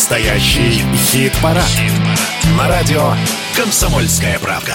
Настоящий хит-парад. На радио «Комсомольская правда».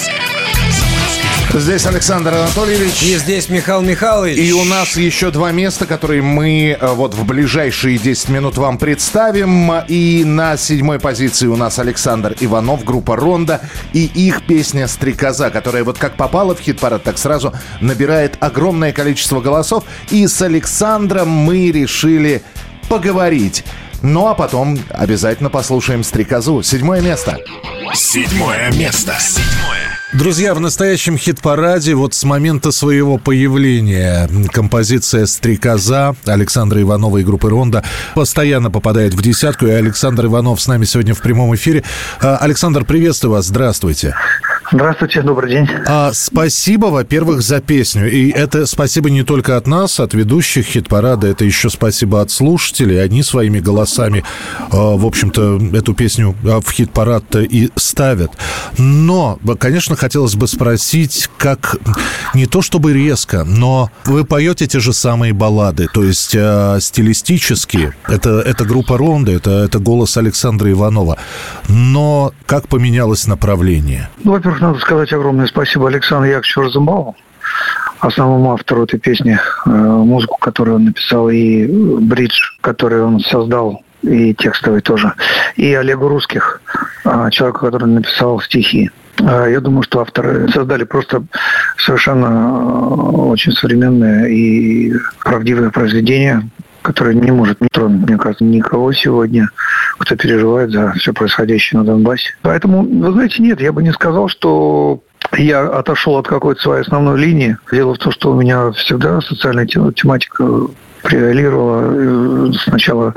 Здесь Александр Анатольевич. И здесь Михаил Михайлович. И у нас еще два места, которые мы вот в ближайшие 10 минут вам представим. И на 7-й позиции у нас Александр Иванов, группа «Рондо». И их песня «Стрекоза», которая вот как попала в хит-парад, так сразу набирает огромное количество голосов. И с Александром мы решили поговорить. Ну а потом обязательно послушаем «Стрекозу». 7-е место. 7-е место. Друзья, в настоящем хит-параде вот с момента своего появления композиция «Стрекоза» Александра Иванова и группы «Рондо» постоянно попадает в десятку. И Александр Иванов с нами сегодня в прямом эфире. Александр, приветствую вас, здравствуйте. Здравствуйте, добрый день. Спасибо, во-первых, за песню. И это спасибо не только от нас, от ведущих хит-парада, это еще спасибо от слушателей. Они своими голосами, в общем-то, эту песню в хит-парад и ставят. Но, конечно, хотелось бы спросить, как не то чтобы резко, но вы поете те же самые баллады, то есть стилистически это группа «Рондо», это голос Александра Иванова. Но как поменялось направление? Ну, во-первых, надо сказать огромное спасибо Александру Яковлевичу Розенбауму, основному автору этой песни, музыку, которую он написал, и бридж, который он создал, и текстовый тоже, и Олегу Русских, человеку, который написал стихи. Я думаю, что авторы создали просто совершенно очень современное и правдивое произведение, которое не может не тронуть, мне кажется, никого сегодня, кто переживает за все происходящее на Донбассе. Поэтому, вы знаете, нет, я бы не сказал, что я отошел от какой-то своей основной линии. Дело в том, что у меня всегда социальная тематика превалировала с начала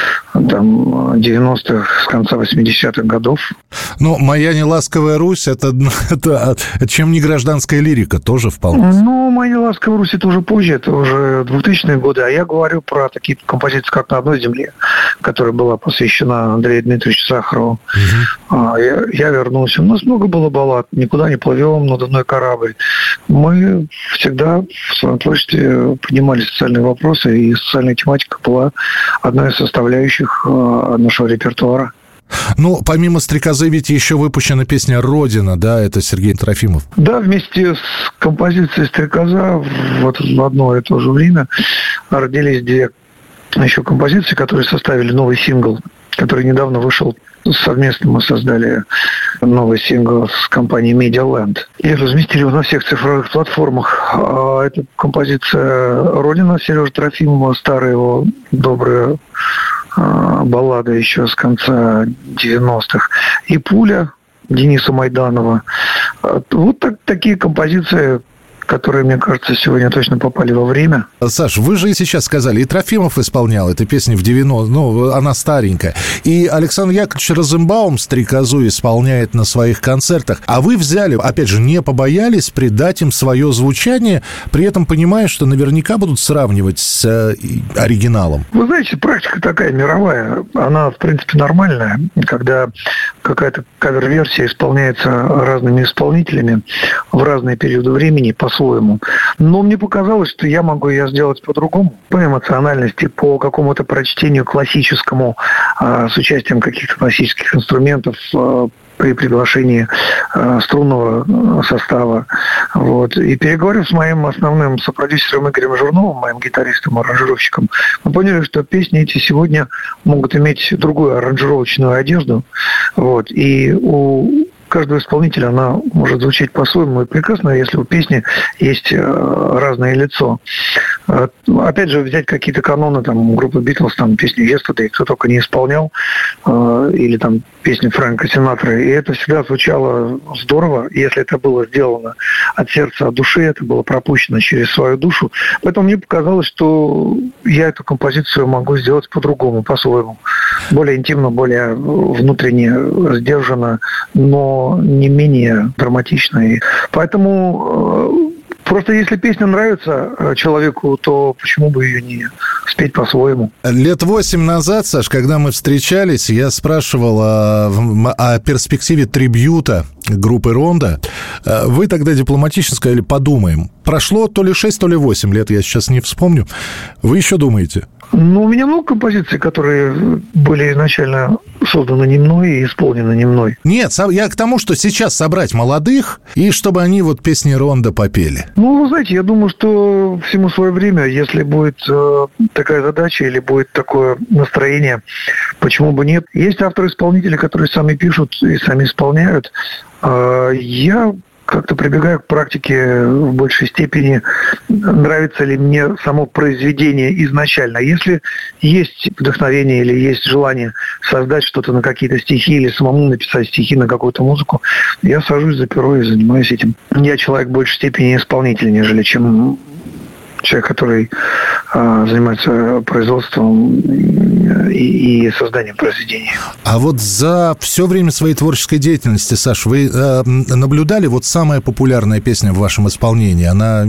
90-х, с конца 80-х годов. Ну, «Моя неласковая Русь» это чем не гражданская лирика, тоже вполне. Ну, «Моя неласковая Русь» это уже позже, это уже 2000-е годы, а я говорю про такие композиции, как «На одной земле», которая была посвящена Андрею Дмитриевичу Сахарову. Я вернулся. У нас много было баллад. «Никуда не плывем», «Надувной корабль». Мы всегда в своем творчестве поднимали социальные вопросы, и социальная тематика была одной из составляющих нашего репертуара. Ну, помимо «Стрекозы» ведь еще выпущена песня «Родина», да, это Сергей Трофимов. Да, вместе с композицией «Стрекоза» вот в одно и то же время родились две еще композиции, которые составили новый сингл, который недавно вышел. Совместно мы создали новый сингл с компанией Medialand и разместили его на всех цифровых платформах. Это композиция «Родина» Сережи Трофимова, старая его добрая баллада еще с конца 90-х, и «Пуля» Дениса Майданова. Вот такие композиции, которые, мне кажется, сегодня точно попали во время. Саш, вы же и сейчас сказали, и Трофимов исполнял эту песню в 90-е, ну, она старенькая. И Александр Яковлевич Розенбаум «Стрекозу» исполняет на своих концертах. А вы взяли, опять же, не побоялись придать им свое звучание, при этом понимая, что наверняка будут сравнивать с оригиналом. Вы знаете, практика такая мировая, она, в принципе, нормальная, когда какая-то кавер-версия исполняется разными исполнителями в разные периоды времени, по-своему. Но мне показалось, что я могу ее сделать по-другому, по эмоциональности, по какому-то прочтению классическому, с участием каких-то классических инструментов, при приглашении струнного состава. Вот. И переговорив с моим основным сопродюсером Игорем Журновым, моим гитаристом, аранжировщиком, мы поняли, что песни эти сегодня могут иметь другую аранжировочную одежду. Вот. И у каждого исполнителя она может звучать по-своему. И прекрасно, если у песни есть разное лицо. Опять же, взять какие-то каноны там, группы Битлз, там, песню «Yesterday», кто только не исполнял, или там песни Фрэнка Синатры. И это всегда звучало здорово, если это было сделано от сердца, от души, это было пропущено через свою душу. Поэтому мне показалось, что я эту композицию могу сделать по-другому, по-своему. Более интимно, более внутренне сдержанно, но не менее драматично. И поэтому просто если песня нравится человеку, то почему бы ее не спеть по-своему. Лет 8 назад, Саш, когда мы встречались, я спрашивал о перспективе трибьюта группы «Ронда». Вы тогда дипломатично сказали: подумаем. Прошло то ли 6, то ли 8 лет, я сейчас не вспомню. Вы еще думаете? Ну, у меня много композиций, которые были изначально созданы не мной и исполнены не мной. Нет, я к тому, что сейчас собрать молодых, и чтобы они вот песни «Ронда» попели. Ну, вы знаете, я думаю, что всему свое время, если будет такая задача или будет такое настроение, почему бы нет. Есть авторы-исполнители, которые сами пишут и сами исполняют. Я как-то прибегаю к практике в большей степени, нравится ли мне само произведение изначально. Если есть вдохновение или есть желание создать что-то на какие-то стихи или самому написать стихи на какую-то музыку, я сажусь за перо и занимаюсь этим. Я человек в большей степени исполнитель, нежели чем человек, который занимается производством и созданием произведений. А вот за все время своей творческой деятельности, Саш, вы наблюдали вот самая популярная песня в вашем исполнении? Она,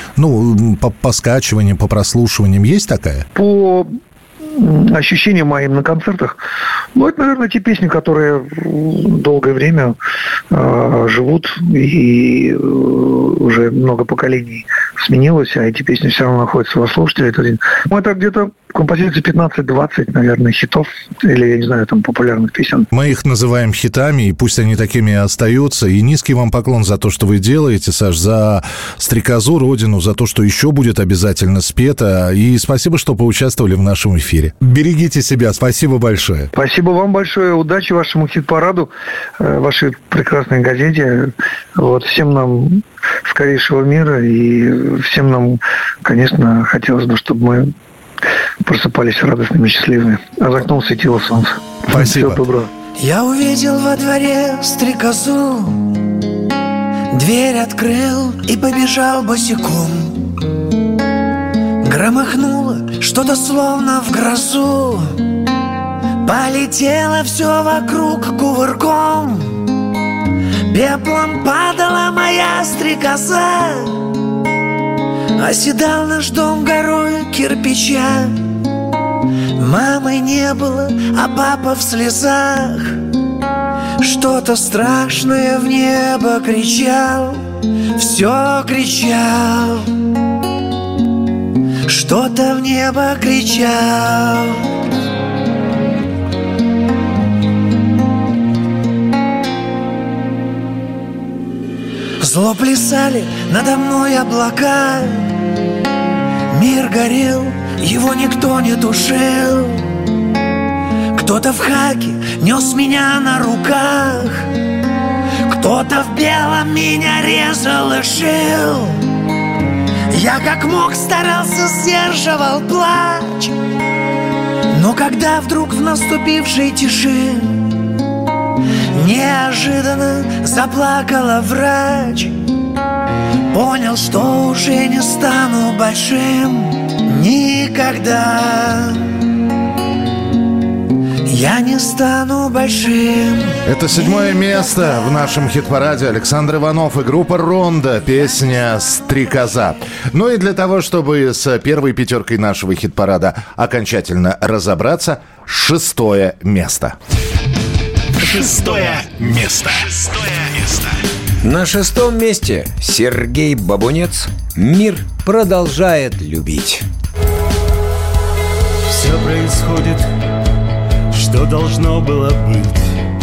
по скачиваниям, по прослушиваниям есть такая? По ощущениям моим на концертах, это, наверное, те песни, которые долгое время живут и уже много поколений сменилось, а эти песни все равно находятся во слушателей. Это где-то композиции 15-20, наверное, хитов или, я не знаю, популярных песен. Мы их называем хитами, и пусть они такими и остаются. И низкий вам поклон за то, что вы делаете, Саш, за «Стрекозу», «Родину», за то, что еще будет обязательно спето. И спасибо, что поучаствовали в нашем эфире. Берегите себя. Спасибо большое. Спасибо вам большое. Удачи вашему хит-параду, вашей прекрасной газете. Всем нам скорейшего мира. И всем нам, конечно, хотелось бы, чтобы мы просыпались радостными, счастливыми. А за окном светило солнце. Спасибо. Всего доброго. Я увидел во дворе стрекозу, дверь открыл и побежал босиком. Громыхнуло что-то словно в грозу, полетело все вокруг кувырком. Пеплом падала моя стрекоза, оседал наш дом горой кирпича. Мамы не было, а папа в слезах. Что-то страшное в небо кричал, все кричал. Что-то в небо кричал. Зло плясали надо мной облака. Мир горел, его никто не тушил. Кто-то в хаке нес меня на руках, кто-то в белом меня резал и шил. Я как мог старался, сдерживал плач, но когда вдруг в наступившей тиши неожиданно заплакала врач, понял, что уже не стану большим никогда. Я не стану большим. Это 7-е место в нашем хит-параде. Александр Иванов и группа «Ронда». Песня «Стрекоза». Ну и для того, чтобы с первой пятеркой нашего хит-парада окончательно разобраться, 6-е место. 6-е место. 6-е место. На 6-м месте Сергей Бабунец «Мир продолжает любить». Все происходит, что должно было быть.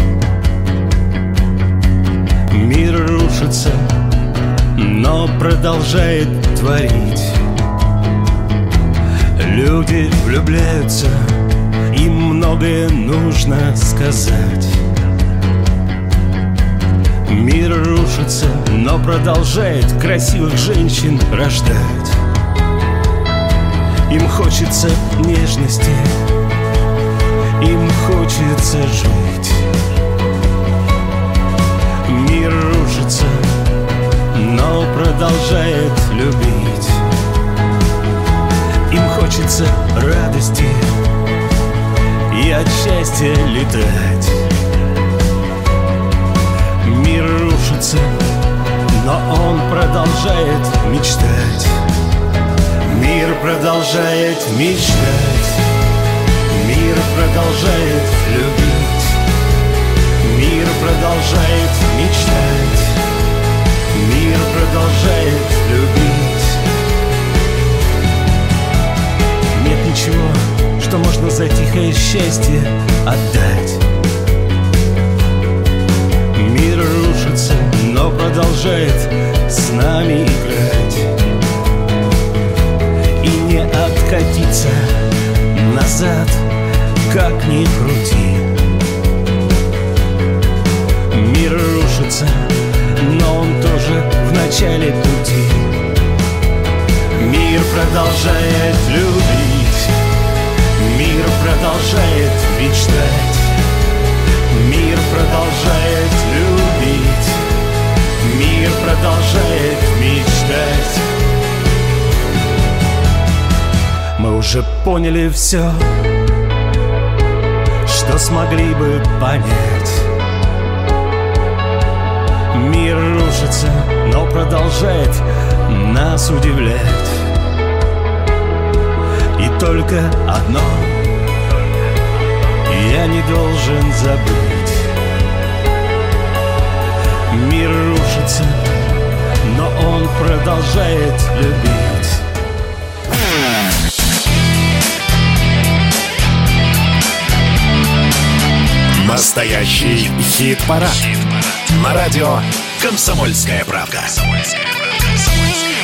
Мир рушится, но продолжает творить. Люди влюбляются, им многое нужно сказать. Мир рушится, но продолжает красивых женщин рождать. Им хочется нежности, им хочется жить. Мир рушится, но продолжает любить. Им хочется радости и от счастья летать. Мир рушится, но он продолжает мечтать. Мир продолжает продолжает мечтать, мир продолжает любить, мир продолжает мечтать, мир продолжает любить. Нет ничего, что можно за тихое счастье отдать. Мир рушится, но продолжает с нами играть. И не откатиться назад, как ни крути. Мир рушится, но он тоже в начале пути. Мир продолжает любить, мир продолжает мечтать, мир продолжает любить, мир продолжает мечтать. Мы уже поняли все, что смогли бы понять. Мир рушится, но продолжает нас удивлять. И только одно я не должен забыть. Мир рушится, но он продолжает любить. Настоящий хит-парад. На радио «Комсомольская правда».